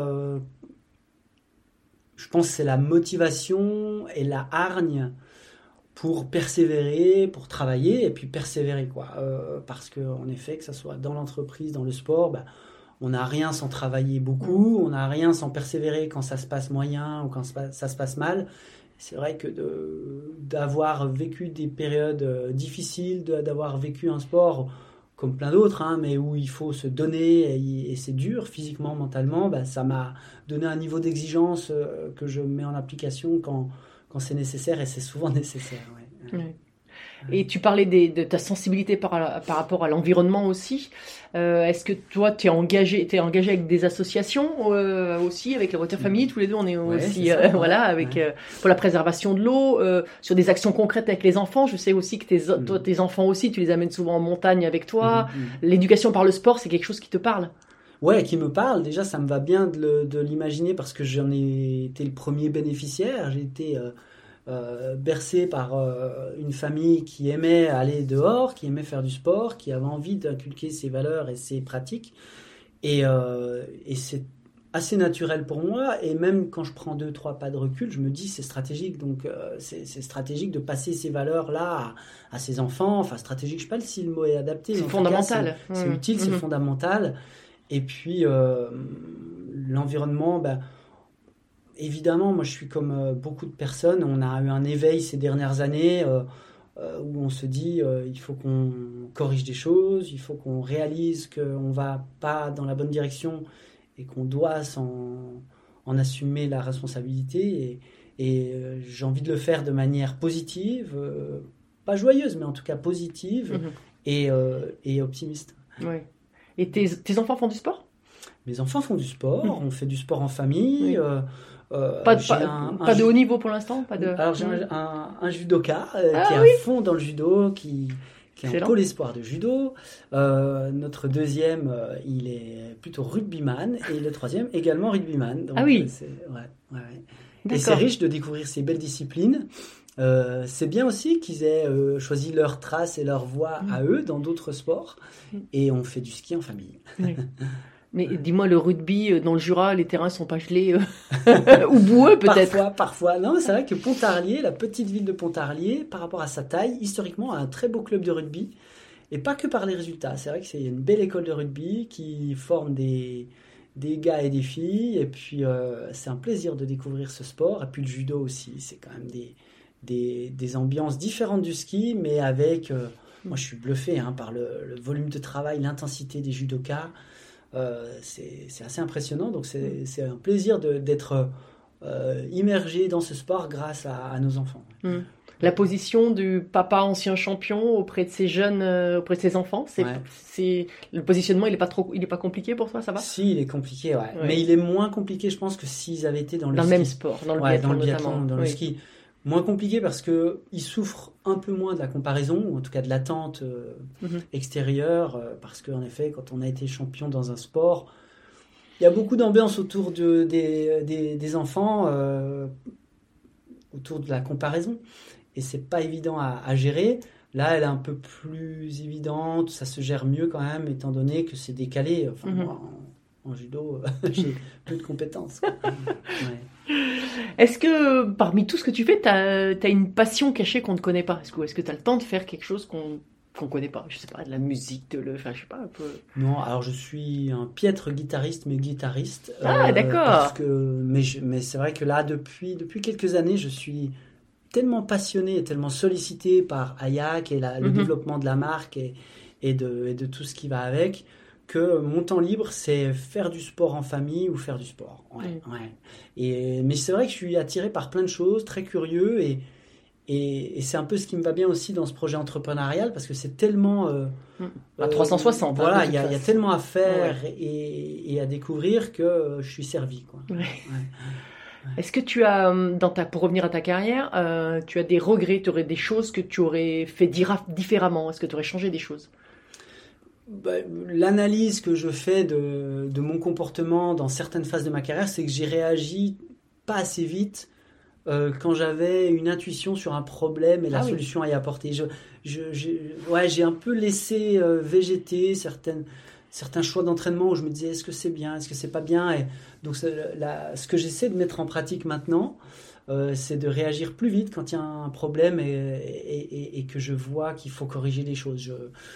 je pense que c'est la motivation et la hargne pour persévérer, pour travailler et puis persévérer, quoi. Parce qu'en effet, que ça soit dans l'entreprise, dans le sport, on n'a rien sans travailler beaucoup, on n'a rien sans persévérer quand ça se passe moyen ou quand ça se passe mal. C'est vrai que d'avoir vécu des périodes difficiles, d'avoir vécu un sport comme plein d'autres, mais où il faut se donner et c'est dur physiquement, mentalement, ça m'a donné un niveau d'exigence que je mets en application quand c'est nécessaire, et c'est souvent nécessaire. Ouais. Ouais. Et tu parlais de ta sensibilité par rapport à l'environnement aussi. Est-ce que toi, t'es engagé avec des associations aussi, avec la Water Family, tous les deux, on est aussi pour la préservation de l'eau, sur des actions concrètes avec les enfants. Je sais aussi que tes enfants aussi, tu les amènes souvent en montagne avec toi. L'éducation par le sport, c'est quelque chose qui te parle? Ouais, qui me parle. Déjà, ça me va bien de l'imaginer parce que j'en ai été le premier bénéficiaire. J'ai été bercé par une famille qui aimait aller dehors, qui aimait faire du sport, qui avait envie d'inculquer ses valeurs et ses pratiques. Et c'est assez naturel pour moi. Et même quand je prends 2-3 pas de recul, je me dis c'est stratégique. Donc c'est stratégique de passer ces valeurs-là à ses enfants. Enfin, stratégique, je ne sais pas si le mot est adapté. C'est fondamental. C'est utile, c'est fondamental. Et puis l'environnement, évidemment, moi je suis comme beaucoup de personnes, on a eu un éveil ces dernières années où on se dit il faut qu'on corrige des choses, il faut qu'on réalise qu'on ne va pas dans la bonne direction et qu'on doit en assumer la responsabilité. Et j'ai envie de le faire de manière positive, pas joyeuse, mais en tout cas positive et optimiste. Oui. Et tes enfants font du sport ? Mes enfants font du sport, on fait du sport en famille. Pas de haut niveau pour l'instant, Alors j'ai un judoka qui est à fond dans le judo, qui est en pôle espoir de judo. Notre deuxième, il est plutôt rugbyman, et le troisième également rugbyman. Donc, ouais. Et c'est riche de découvrir ces belles disciplines. C'est bien aussi qu'ils aient choisi leur trace et leur voie à eux dans d'autres sports, et on fait du ski en famille. Mais dis-moi, le rugby dans le Jura, les terrains sont pas gelés ou boueux peut-être. Parfois. Non, c'est vrai que Pontarlier, la petite ville de Pontarlier, par rapport à sa taille, historiquement, a un très beau club de rugby. Et pas que par les résultats. C'est vrai que c'est une belle école de rugby qui forme des gars et des filles. Et puis, c'est un plaisir de découvrir ce sport. Et puis le judo aussi, c'est quand même des ambiances différentes du ski, mais avec... moi, je suis bluffé par le volume de travail, l'intensité des judokas. C'est assez impressionnant. Donc, c'est un plaisir d'être immergé dans ce sport grâce à nos enfants. La position du papa ancien champion auprès de ses jeunes, auprès de ses enfants, c'est le positionnement, il est pas compliqué pour toi, ça va? Si, il est compliqué, ouais. Mais il est moins compliqué, je pense, que s'ils avaient été dans le ski. Même sport, dans le biathlon, dans le ski. Moins compliqué parce que ils souffrent un peu moins de la comparaison, ou en tout cas de l'attente extérieure, parce qu'en effet, quand on a été champion dans un sport, il y a beaucoup d'ambiance autour des enfants, autour de la comparaison. Et c'est pas évident à gérer. Là, elle est un peu plus évidente, ça se gère mieux quand même, étant donné que c'est décalé. Enfin, moi, en judo, j'ai peu de compétences. Ouais. Est-ce que parmi tout ce que tu fais, t'as une passion cachée qu'on ne connaît pas? Est-ce que t'as le temps de faire quelque chose qu'on connaît pas? Je sais pas, de la musique, enfin, je sais pas, un peu. Non, alors je suis un piètre guitariste, mais guitariste. Ah, d'accord. Mais c'est vrai que là, depuis quelques années, je suis tellement passionné et tellement sollicité par Ayak et le développement de la marque et de tout ce qui va avec, que mon temps libre, c'est faire du sport en famille ou faire du sport. Ouais. Mais c'est vrai que je suis attiré par plein de choses, très curieux, et c'est un peu ce qui me va bien aussi dans ce projet entrepreneurial, parce que c'est tellement... à 360. Voilà, il y a tellement à faire et à découvrir que je suis servi, quoi. Ouais. Est-ce que tu as, pour revenir à ta carrière, tu as des regrets, tu aurais des choses que tu aurais fait différemment? Est-ce que tu aurais changé des choses? L'analyse que je fais de mon comportement dans certaines phases de ma carrière, c'est que j'ai réagi pas assez vite quand j'avais une intuition sur un problème et la solution à y apporter. J'ai un peu laissé végéter certains choix d'entraînement où je me disais est-ce que c'est bien, est-ce que c'est pas bien, et donc ce que j'essaie de mettre en pratique maintenant, c'est de réagir plus vite quand il y a un problème et que je vois qu'il faut corriger les choses.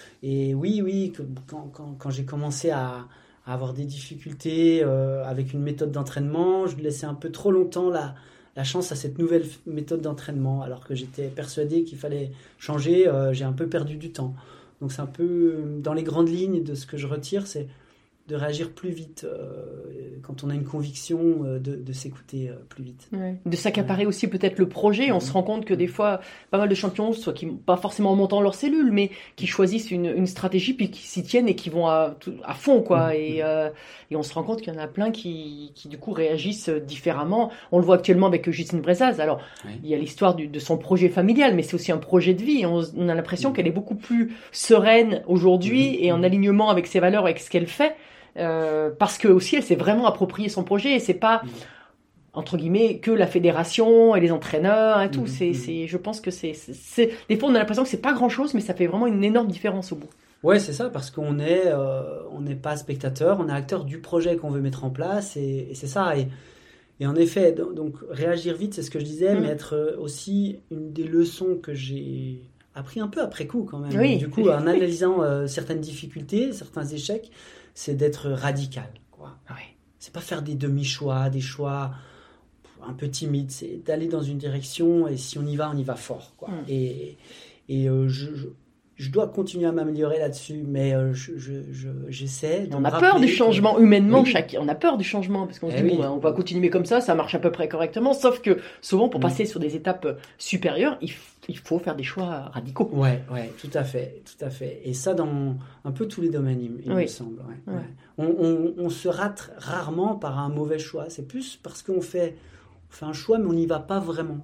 Quand j'ai commencé à avoir des difficultés avec une méthode d'entraînement, je laissais un peu trop longtemps la chance à cette nouvelle méthode d'entraînement, alors que j'étais persuadé qu'il fallait changer. J'ai un peu perdu du temps. Donc c'est un peu dans les grandes lignes de ce que je retire, c'est de réagir plus vite quand on a une conviction, de s'écouter plus vite. Ouais. De s'accaparer aussi peut-être le projet. On se rend compte que des fois, pas mal de champions, soit qui pas forcément en montant leur cellule, mais qui choisissent une stratégie puis qui s'y tiennent et qui vont à fond, quoi. Et on se rend compte qu'il y en a plein qui du coup réagissent différemment. On le voit actuellement avec Justine Brezaz. Alors il y a l'histoire de son projet familial, mais c'est aussi un projet de vie. On a l'impression qu'elle est beaucoup plus sereine aujourd'hui et en alignement avec ses valeurs, avec ce qu'elle fait. Parce que aussi elle s'est vraiment approprié son projet et c'est pas entre guillemets que la fédération et les entraîneurs et tout. Je pense que c'est des fois on a l'impression que c'est pas grand chose, mais ça fait vraiment une énorme différence au bout. Ouais, c'est ça, parce qu'on on n'est pas spectateur, on est acteur du projet qu'on veut mettre en place, et c'est ça. Et en effet, donc réagir vite, c'est ce que je disais, mais être aussi une des leçons que j'ai appris un peu après coup quand même. Oui. Du coup, en analysant certaines difficultés, certains échecs, c'est d'être radical, quoi. Ouais. C'est pas faire des demi-choix, des choix un peu timides, c'est d'aller dans une direction, et si on y va fort, quoi. Et je dois continuer à m'améliorer là-dessus, mais j'essaie. On a peur du changement humainement, on a peur du changement, parce qu'on se dit on va continuer comme ça marche à peu près correctement, sauf que souvent pour passer sur des étapes supérieures, il faut faire des choix radicaux. Ouais, tout à fait. Et ça dans un peu tous les domaines, il me semble. Ouais. On se rate rarement par un mauvais choix, c'est plus parce qu'on fait un choix, mais on n'y va pas vraiment.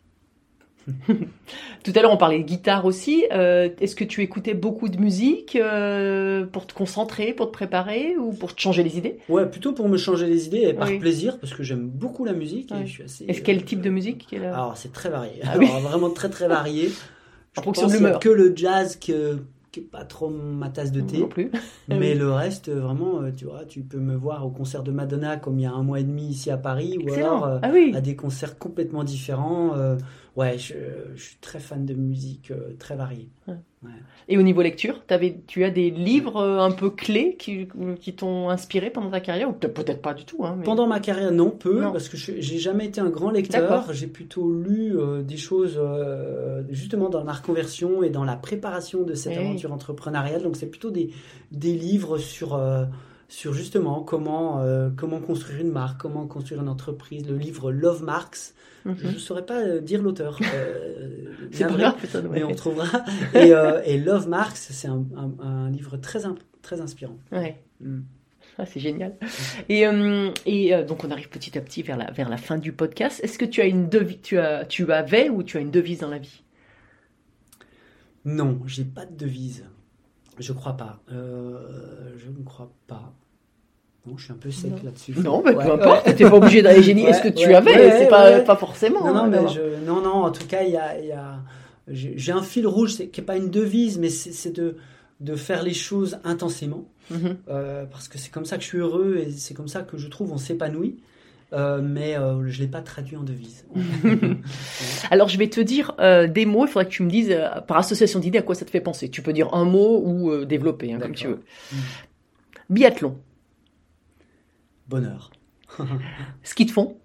Tout à l'heure, on parlait de guitare aussi. Est-ce que tu écoutais beaucoup de musique pour te concentrer, pour te préparer ou pour te changer les idées? Ouais, plutôt pour me changer les idées et par plaisir, parce que j'aime beaucoup la musique. Et je suis assez, Est-ce quel type de musique Alors, c'est très varié. Alors, vraiment très, très varié. En fonction de l'humeur. Que le jazz qui qui est pas trop ma tasse de thé. Non plus. Mais le reste, vraiment, tu vois, tu peux me voir au concert de Madonna comme il y a 1 mois et demi ici à Paris, Excellent. ou alors à des concerts complètement différents. Ouais, je suis très fan de musique très variée. Ouais. Ouais. Et au niveau lecture, tu as des livres un peu clés qui t'ont inspiré pendant ta carrière, ou peut-être pas du tout. Hein, mais... Pendant ma carrière, non, Non. parce que j'ai jamais été un grand lecteur. D'accord. J'ai plutôt lu des choses justement dans la reconversion et dans la préparation de cette aventure entrepreneuriale. Donc c'est plutôt des livres sur justement comment construire une marque, comment construire une entreprise. Le livre Love Marks. Je ne saurais pas dire l'auteur. C'est pas grave, ça doit mais être. on trouvera. Et Love Marks, c'est un livre très inspirant. Ouais. Mm. Ah, c'est génial. Et donc on arrive petit à petit vers la fin du podcast. Est-ce que tu as une devise, tu avais ou tu as une devise dans la vie? Non, j'ai pas de devise. Je crois pas. Je ne crois pas. Non, je suis un peu sec là-dessus. Non, mais peu importe. T'es pas obligé d'aller génie. Est-ce que tu avais? C'est pas forcément. Non, hein, non, en tout cas, j'ai un fil rouge, qui est pas une devise, mais c'est de faire les choses intensément, parce que c'est comme ça que je suis heureux et c'est comme ça que je trouve on s'épanouit. Mais je l'ai pas traduit en devise. Alors je vais te dire des mots. Il faudrait que tu me dises par association d'idées à quoi ça te fait penser. Tu peux dire un mot ou développer, hein, comme tu veux. Biathlon. Bonheur. Ski de fond.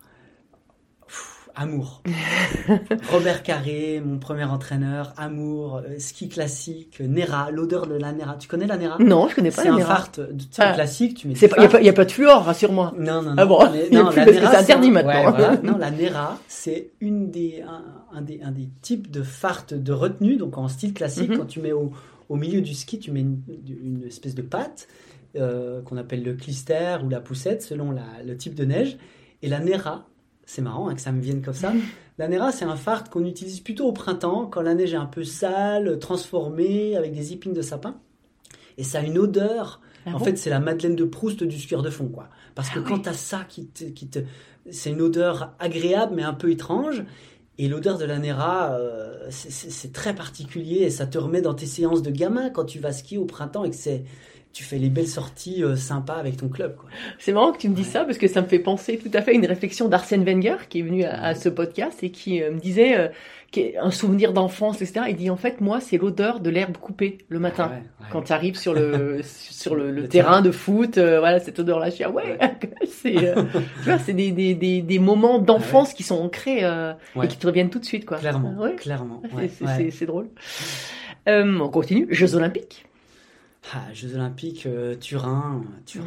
Amour. Robert Carré, mon premier entraîneur. Amour. Ski classique. Nera. L'odeur de la Nera. Tu connais la Nera? Non, je connais pas la Nera. C'est un fart. Tu sais, en classique, tu mets Il y a pas de fluor, rassure-moi. Non. Ah bon, Non, la Nera, c'est interdit maintenant. Ouais, voilà. Non, la Nera, c'est un des types de fart de retenue, donc en style classique. Quand tu mets au milieu du ski, tu mets une espèce de pâte qu'on appelle le clister ou la poussette, selon le type de neige. Et la Nera, c'est marrant que ça me vienne comme ça. La Nera, c'est un fart qu'on utilise plutôt au printemps, quand la neige est un peu sale, transformée, avec des épines de sapin. Et ça a une odeur. En fait, c'est la Madeleine de Proust du skieur de fond, quoi. Parce que quand t'as ça c'est une odeur agréable, mais un peu étrange. Et l'odeur de la Nera, c'est très particulier. Et ça te remet dans tes séances de gamin quand tu vas skier au printemps et que tu fais les belles sorties sympas avec ton club, quoi. C'est marrant que tu me dises ça parce que ça me fait penser tout à fait à une réflexion d'Arsène Wenger qui est venu à ce podcast et qui me disait un souvenir d'enfance, etc. Il dit en fait moi c'est l'odeur de l'herbe coupée le matin quand tu arrives sur le terrain de foot, voilà cette odeur là. Je dis c'est tu vois c'est des moments d'enfance qui sont ancrés et qui te reviennent tout de suite, quoi. Clairement, clairement. C'est drôle. On continue. Jeux Olympiques. Jeux Olympiques, Turin.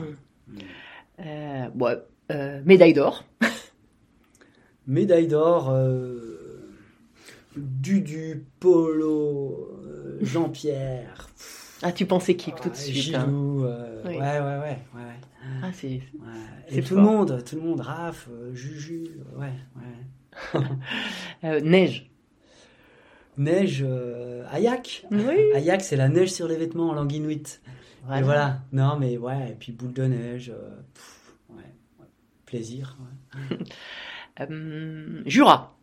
Médaille d'or. Médaille d'or, Dudu, Polo, Jean-Pierre. Tu penses équipe tout de suite. Gilou, Oui. ouais. C'est tout le monde, Raph, Juju, Neige. Neige, Ayak. Oui. Ayak, c'est la neige sur les vêtements en langue inuit. Voilà. Et voilà. Non, mais et puis boule de neige. Plaisir. Jura.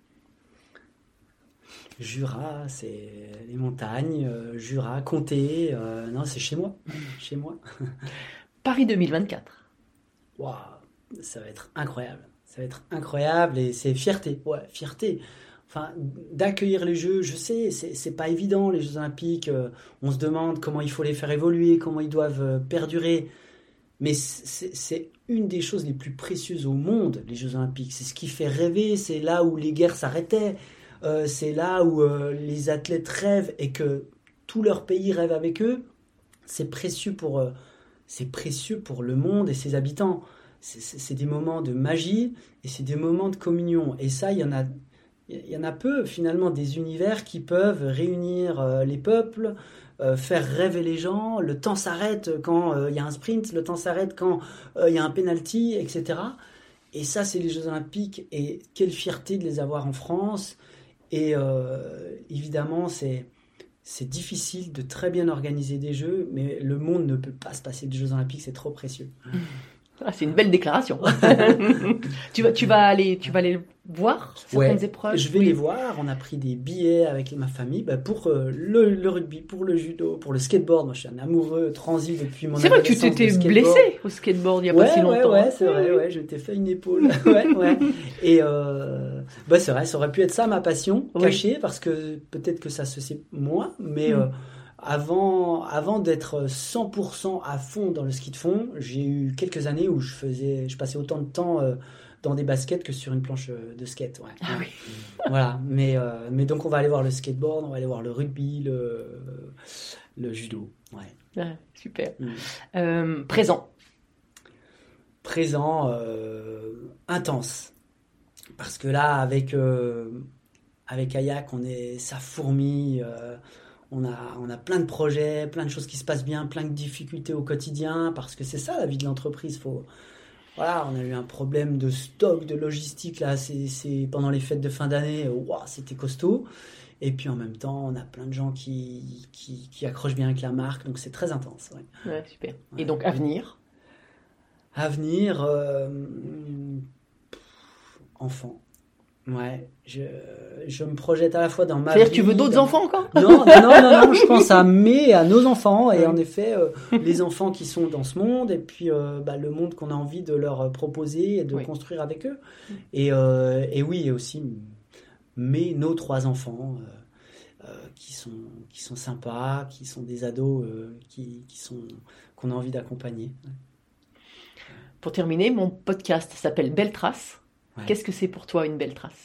Jura, c'est les montagnes. Jura, Comté. Non, c'est chez moi. Chez moi. Paris 2024. Waouh, ça va être incroyable. Et c'est fierté. Fierté. Enfin, d'accueillir les Jeux, je sais, c'est pas évident, les Jeux Olympiques. On se demande comment il faut les faire évoluer, comment ils doivent perdurer. Mais c'est une des choses les plus précieuses au monde, les Jeux Olympiques. C'est ce qui fait rêver, c'est là où les guerres s'arrêtaient. C'est là où les athlètes rêvent et que tout leur pays rêve avec eux. C'est précieux pour le monde et ses habitants. C'est des moments de magie et c'est des moments de communion. Et ça, il y en a peu, finalement, des univers qui peuvent réunir les peuples, faire rêver les gens. Le temps s'arrête quand il y a un sprint, le temps s'arrête quand il y a un penalty, etc. Et ça, c'est les Jeux Olympiques. Et quelle fierté de les avoir en France. Et évidemment, c'est difficile de très bien organiser des Jeux, mais le monde ne peut pas se passer des Jeux Olympiques, c'est trop précieux. Ah, c'est une belle déclaration. tu vas aller voir certaines épreuves. Je vais les voir. On a pris des billets avec ma famille pour le rugby, pour le judo, pour le skateboard. Moi, je suis un amoureux transi depuis mon adolescence. C'est vrai que tu t'étais blessé au skateboard il y a pas si longtemps. Ouais, c'est vrai. Ouais, je m'étais fait une épaule. ouais. Et c'est vrai, ça aurait pu être ça ma passion cachée, parce que peut-être que ça se sait moins, mais avant d'être 100% à fond dans le ski de fond, j'ai eu quelques années où je passais autant de temps dans des baskets que sur une planche de skate. Ouais. Ah oui. Voilà, mais donc on va aller voir le skateboard, on va aller voir le rugby, le judo. Ouais. Ah, super. Présent, intense. Parce que là, avec Kayak, ça fourmille. On a plein de projets, plein de choses qui se passent bien, plein de difficultés au quotidien, parce que c'est ça la vie de l'entreprise. On a eu un problème de stock, de logistique là, c'est pendant les fêtes de fin d'année, c'était costaud. Et puis en même temps, on a plein de gens qui accrochent bien avec la marque, donc c'est très intense. Ouais, super. Et donc avenir, enfant. Ouais, je me projette à la fois dans ma C'est-à-dire vie... tu veux d'autres enfants encore ? Non, je pense à nos enfants, et en effet, les enfants qui sont dans ce monde, et puis le monde qu'on a envie de leur proposer et de construire avec eux. Et oui, et aussi nos 3 enfants qui sont sympas, qui sont des ados, qu'on a envie d'accompagner. Pour terminer, mon podcast s'appelle Belle Trace. Ouais. Qu'est-ce que c'est pour toi une belle trace ?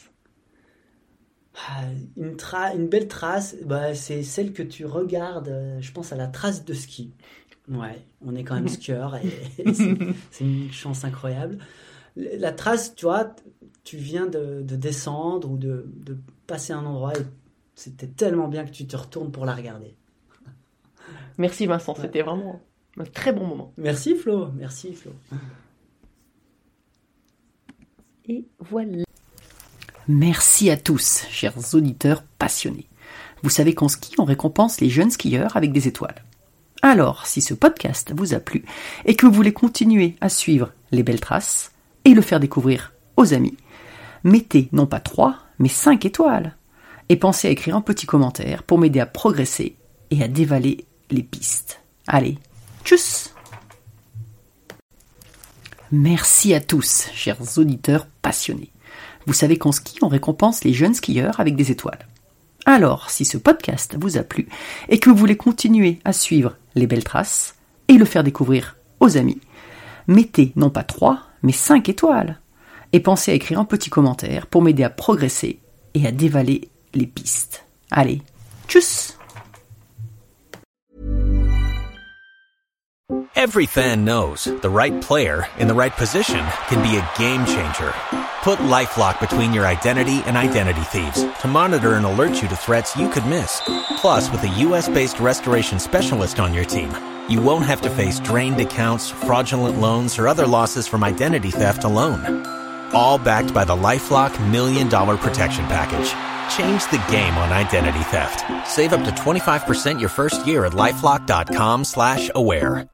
Une belle trace, c'est celle que tu regardes, je pense à la trace de ski. Ouais, on est quand même skieur et c'est une chance incroyable. La trace, tu vois, tu viens de descendre ou de passer un endroit et c'était tellement bien que tu te retournes pour la regarder. Merci Vincent, c'était vraiment un très bon moment. Merci Flo. Et voilà. Merci à tous, chers auditeurs passionnés. Vous savez qu'en ski, on récompense les jeunes skieurs avec des étoiles. Alors, si ce podcast vous a plu et que vous voulez continuer à suivre les belles traces et le faire découvrir aux amis, mettez non pas 3, mais 5 étoiles. Et pensez à écrire un petit commentaire pour m'aider à progresser et à dévaler les pistes. Allez, tchuss! Merci à tous, chers auditeurs passionnés. Vous savez qu'en ski, on récompense les jeunes skieurs avec des étoiles. Alors, si ce podcast vous a plu et que vous voulez continuer à suivre les belles traces et le faire découvrir aux amis, mettez non pas 3, mais 5 étoiles. Et pensez à écrire un petit commentaire pour m'aider à progresser et à dévaler les pistes. Allez, tchuss! Every fan knows the right player in the right position can be a game changer. Put LifeLock between your identity and identity thieves to monitor and alert you to threats you could miss. Plus, with a US-based restoration specialist on your team, you won't have to face drained accounts, fraudulent loans, or other losses from identity theft alone. All backed by the LifeLock $1 Million Protection Package. Change the game on identity theft. Save up to 25% your first year at LifeLock.com/aware.